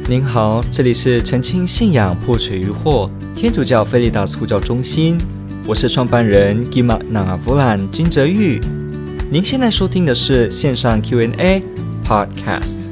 您好，这里是澄清信仰破除疑惑天主教菲利达斯呼叫中心，我是创办人 Gima Nangavulan 金哲玉。您现在收听的是线上 Q&A Podcast。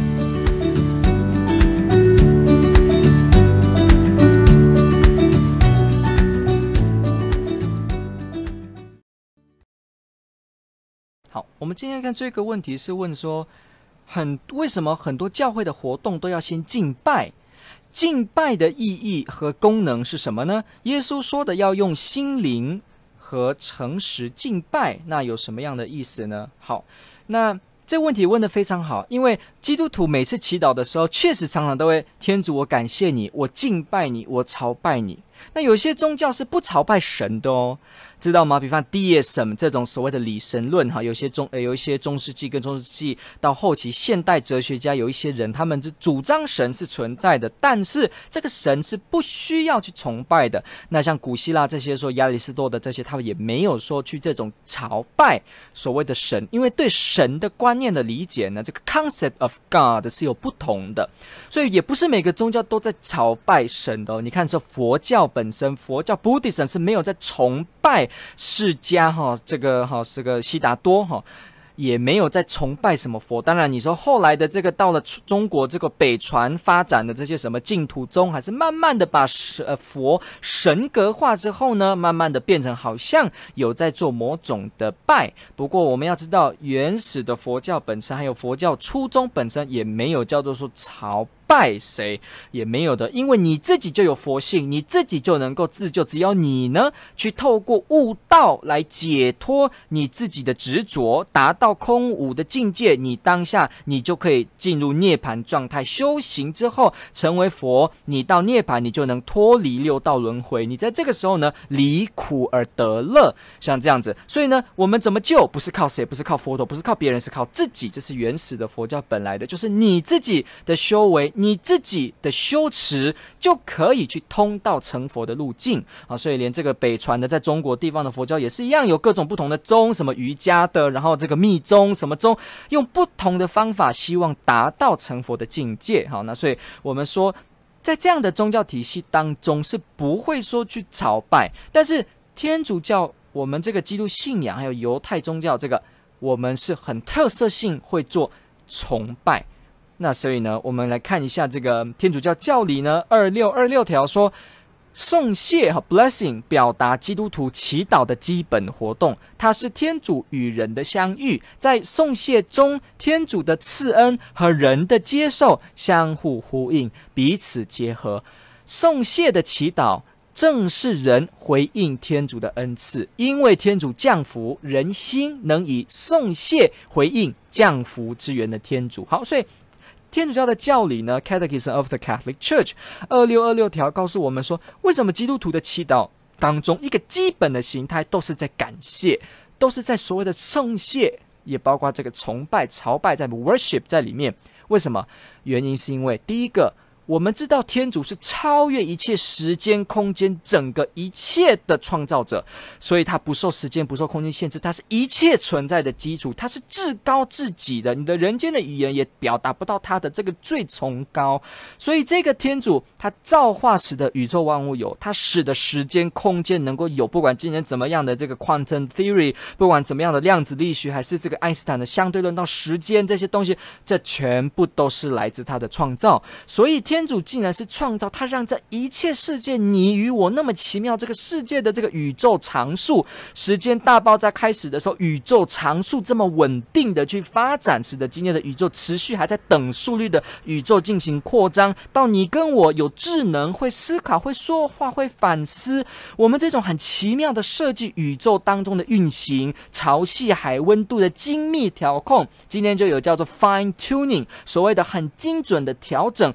好，我们今天看这个问题是问说，为什么很多教会的活动都要先敬拜？敬拜的意义和功能是什么呢？耶稣说的要用心灵和诚实敬拜，那有什么样的意思呢？好，那这个问题问得非常好，因为基督徒每次祈祷的时候，确实常常都会，天主，我感谢你，我敬拜你，我朝拜你。那有些宗教是不朝拜神的哦，知道吗？比方 Deism 这种所谓的理神论哈，有一些中世纪跟中世纪到后期现代哲学家有一些人，他们是主张神是存在的，但是这个神是不需要去崇拜的。那像古希腊这些说亚里士多德这些，他们也没有说去这种朝拜所谓的神，因为对神的观念的理解呢，这个 concept of God 是有不同的，所以也不是每个宗教都在朝拜神的哦。你看这佛教本身，佛教 Buddhism 是没有在崇拜释迦哈，这个悉达多哈，也没有在崇拜什么佛。当然你说后来的这个到了中国这个北传发展的这些什么净土宗，还是慢慢的把佛神格化之后呢，慢慢的变成好像有在做某种的拜。不过我们要知道，原始的佛教本身还有佛教初衷本身也没有叫做说朝拜谁，也没有的，因为你自己就有佛性，你自己就能够自救，只要你呢去透过悟道来解脱你自己的执着，达到空无的境界，你当下你就可以进入涅槃状态，修行之后成为佛，你到涅槃你就能脱离六道轮回，你在这个时候呢离苦而得乐，像这样子。所以呢我们怎么救？不是靠谁，不是靠佛陀，不是靠别人，是靠自己，这是原始的佛教本来的，就是你自己的修为，你自己的修持就可以去通到成佛的路径啊！所以连这个北传的在中国地方的佛教也是一样，有各种不同的宗，什么瑜伽的，然后这个密宗什么宗，用不同的方法希望达到成佛的境界。好，那所以我们说，在这样的宗教体系当中是不会说去朝拜，但是天主教、我们这个基督信仰还有犹太宗教，这个我们是很特色性会做崇拜。那所以呢，我们来看一下这个天主教教理呢2626条说，颂谢和 blessing 表达基督徒祈祷的基本活动，它是天主与人的相遇，在颂谢中，天主的赐恩和人的接受相互呼应，彼此结合。颂谢的祈祷正是人回应天主的恩赐，因为天主降福，人心能以颂谢回应降福之源的天主。好，所以天主教的教理呢 Catechism of the Catholic Church 2626条告诉我们说，为什么基督徒的祈祷当中一个基本的形态都是在感谢，都是在所谓的颂谢，也包括这个崇拜朝拜在 worship 在里面。为什么？原因是因为第一个，我们知道天主是超越一切时间空间整个一切的创造者，所以他不受时间不受空间限制，他是一切存在的基础，他是至高至极的，你的人间的语言也表达不到他的这个最崇高。所以这个天主他造化使得宇宙万物有，他使得时间空间能够有，不管今天怎么样的这个 quantum theory， 不管怎么样的量子力学，还是这个爱因斯坦的相对论到时间这些东西，这全部都是来自他的创造。所以天主竟然是创造，他让这一切世界你与我那么奇妙，这个世界的这个宇宙常数，时间大爆炸开始的时候，宇宙常数这么稳定的去发展，使得今天的宇宙持续还在等速率的宇宙进行扩张，到你跟我有智能，会思考，会说话，会反思，我们这种很奇妙的设计宇宙当中的运行，潮汐海温度的精密调控，今天就有叫做 fine tuning， 所谓的很精准的调整，我们的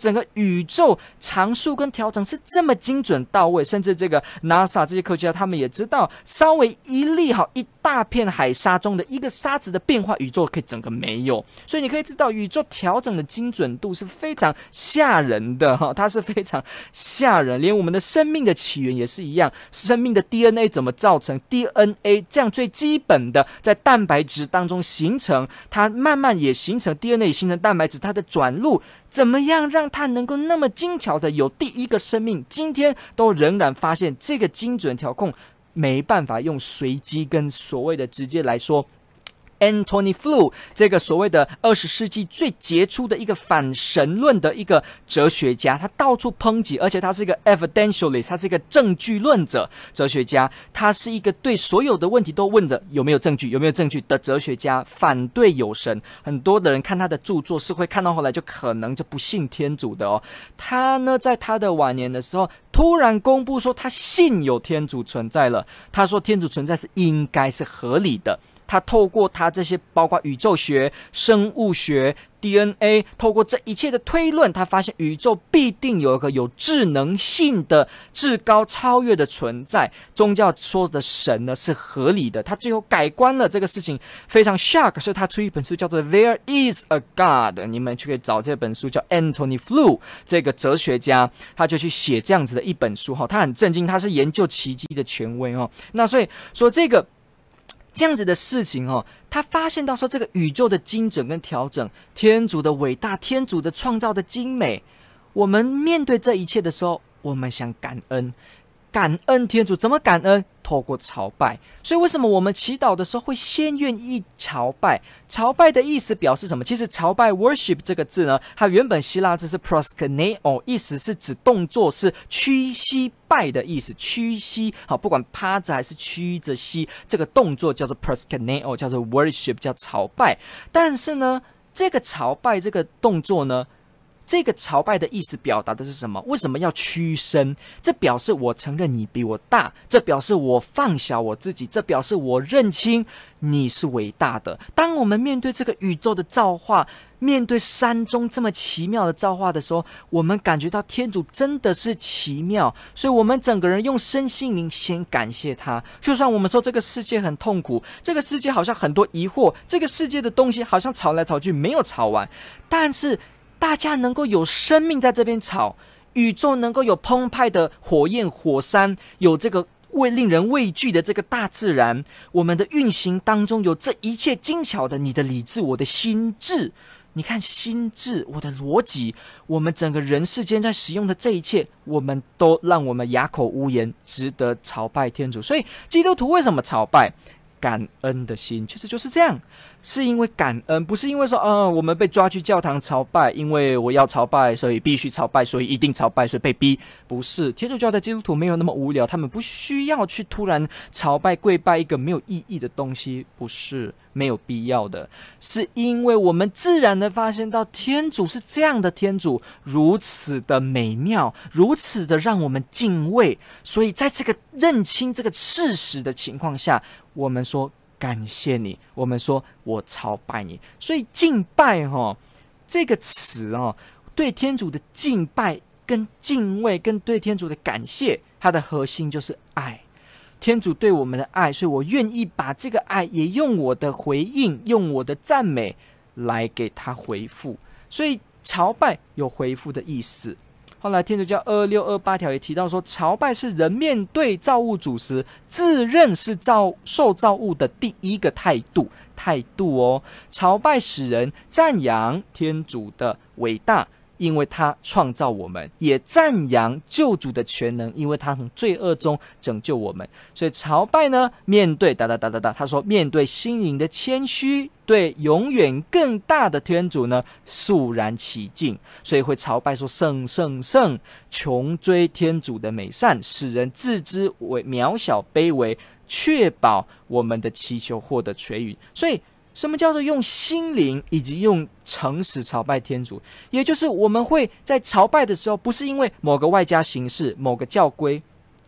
整个宇宙常数跟调整是这么精准到位，甚至这个 NASA 这些科学家他们也知道，稍微一粒一大片海沙中的一个沙子的变化，宇宙可以整个没有。所以你可以知道，宇宙调整的精准度是非常吓人的它是非常吓人。连我们的生命的起源也是一样，生命的 DNA 怎么造成 DNA 这样最基本的在蛋白质当中形成，它慢慢也形成 DNA 也形成蛋白质，它的转录怎么样让它能够那么精巧的有第一个生命，今天都仍然发现这个精准调控没办法用随机跟所谓的直接来说。Antony Flew 这个所谓的20世纪最杰出的一个反神论的一个哲学家，他到处抨击，而且他是一个 evidentialist， 他是一个证据论者哲学家，他是一个对所有的问题都问的有没有证据的哲学家，反对有神。很多的人看他的著作是会看到后来就可能就不信天主的他呢在他的晚年的时候突然公布说他信有天主存在了，他说天主存在是应该是合理的。他透过他这些包括宇宙学、生物学、DNA， 透过这一切的推论，他发现宇宙必定有一个有智能性的至高超越的存在。宗教说的神呢是合理的，他最后改观了这个事情，非常 shock， 所以他出一本书叫做 There is a God， 你们就可以找这本书，叫 Antony Flew 这个哲学家，他就去写这样子的一本书他很震惊，他是研究奇迹的权威那所以说这样子的事情他发现到说这个宇宙的精准跟调整，天主的伟大，天主的创造的精美，我们面对这一切的时候，我们想感恩天主，怎么感恩？透过朝拜。所以为什么我们祈祷的时候会先愿意朝拜？朝拜的意思表示什么？其实朝拜 worship 这个字呢，它原本希腊字是 proskuneo， 意思是指动作，是屈膝拜的意思，屈膝不管趴着还是屈着膝，这个动作叫做 proskuneo， 叫做 worship， 叫朝拜。但是呢，这个朝拜这个动作呢，这个朝拜的意思表达的是什么？为什么要屈身？这表示我承认你比我大，这表示我放小我自己，这表示我认清你是伟大的。当我们面对这个宇宙的造化，面对山中这么奇妙的造化的时候，我们感觉到天主真的是奇妙，所以我们整个人用身心灵先感谢他。就算我们说这个世界很痛苦，这个世界好像很多疑惑，这个世界的东西好像吵来吵去没有吵完，但是大家能够有生命在这边吵，宇宙能够有澎湃的火焰火山，有这个令人畏惧的这个大自然，我们的运行当中有这一切精巧的你的理智，我的心智，你看心智，我的逻辑，我们整个人世间在使用的这一切，我们都让我们哑口无言，值得朝拜天主。所以基督徒为什么朝拜？感恩的心，其实就是这样，是因为感恩，不是因为说我们被抓去教堂朝拜，因为我要朝拜，所以必须朝拜，所以一定朝拜，所以被逼。不是，天主教的基督徒没有那么无聊，他们不需要去突然朝拜跪拜一个没有意义的东西，不是没有必要的，是因为我们自然的发现到天主是这样的天主，如此的美妙，如此的让我们敬畏，所以在这个认清这个事实的情况下，我们说感谢你，我们说我朝拜你。所以敬拜这个词对天主的敬拜跟敬畏跟对天主的感谢，它的核心就是爱，天主对我们的爱，所以我愿意把这个爱也用我的回应，用我的赞美来给他回复。所以朝拜有回复的意思。后来天主教226、28条也提到说，朝拜是人面对造物主时自认是受造物的第一个态度朝拜使人赞扬天主的伟大，因为他创造我们，也赞扬救主的全能，因为他从罪恶中拯救我们。所以朝拜呢，面对他说面对心灵的谦虚，对永远更大的天主呢肃然起敬，所以会朝拜说圣圣圣，穷追天主的美善，使人自知为渺小卑微，确保我们的祈求获得垂允。所以什么叫做用心灵以及用诚实朝拜天主？也就是我们会在朝拜的时候，不是因为某个外加形式、某个教规，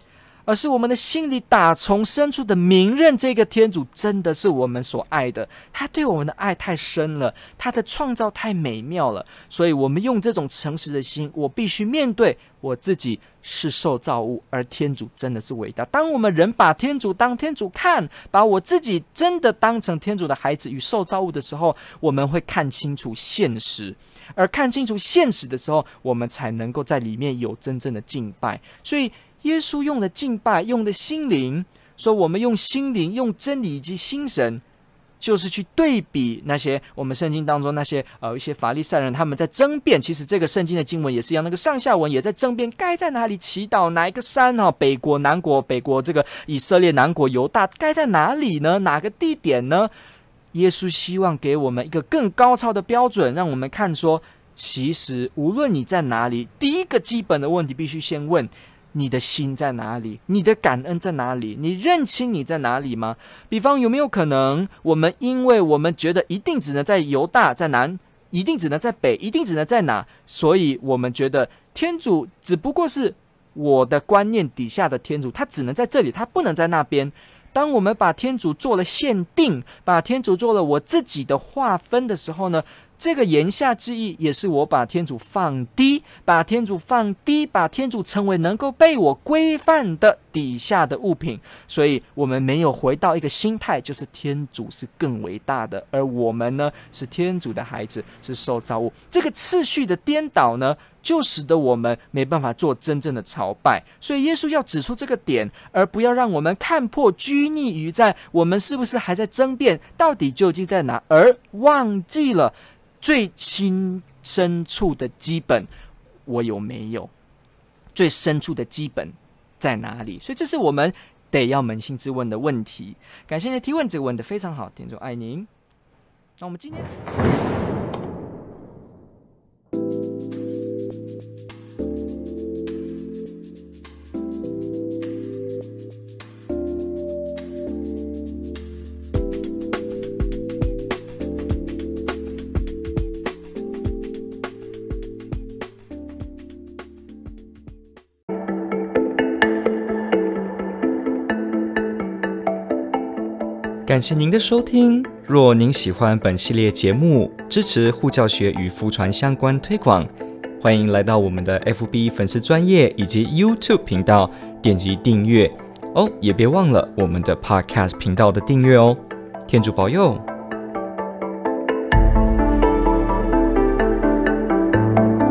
而是我们的心里打从深处的明认这个天主真的是我们所爱的，他对我们的爱太深了，他的创造太美妙了，所以我们用这种诚实的心，我必须面对我自己是受造物，而天主真的是伟大。当我们人把天主当天主看，把我自己真的当成天主的孩子与受造物的时候，我们会看清楚现实，而看清楚现实的时候，我们才能够在里面有真正的敬拜。所以耶稣用的敬拜，用的心灵，说我们用心灵、用真理以及心神，就是去对比那些我们圣经当中那些一些法利赛人，他们在争辩。其实这个圣经的经文也是一样，那个上下文也在争辩该在哪里祈祷，哪一个山北国南国，北国这个以色列，南国犹大该在哪里呢？哪个地点呢？耶稣希望给我们一个更高超的标准，让我们看说，其实无论你在哪里，第一个基本的问题必须先问，你的心在哪里？你的感恩在哪里？你认清你在哪里吗？比方有没有可能，我们因为我们觉得一定只能在犹大，在南，一定只能在北，一定只能在哪，所以我们觉得天主只不过是我的观念底下的天主，他只能在这里，他不能在那边。当我们把天主做了限定，把天主做了我自己的划分的时候呢，这个言下之意也是我把天主放低，把天主放低，把天主成为能够被我规范的底下的物品。所以我们没有回到一个心态，就是天主是更伟大的，而我们呢是天主的孩子，是受造物。这个次序的颠倒呢，就使得我们没办法做真正的朝拜。所以耶稣要指出这个点，而不要让我们看破拘泥于在我们是不是还在争辩到底究竟在哪，而忘记了最深处的基本我有没有，最深处的基本在哪里。所以这是我们得要扪心自问的问题。感谢你的提问，这个问得非常好，天主爱您。那我们今天感谢您的收听。若您喜欢本系列节目，支持护教学与福传相关推广，欢迎来到我们的 FB 粉丝专页以及 YouTube 频道，点击订阅哦，也别忘了我们的 Podcast 频道的订阅哦。天主保佑。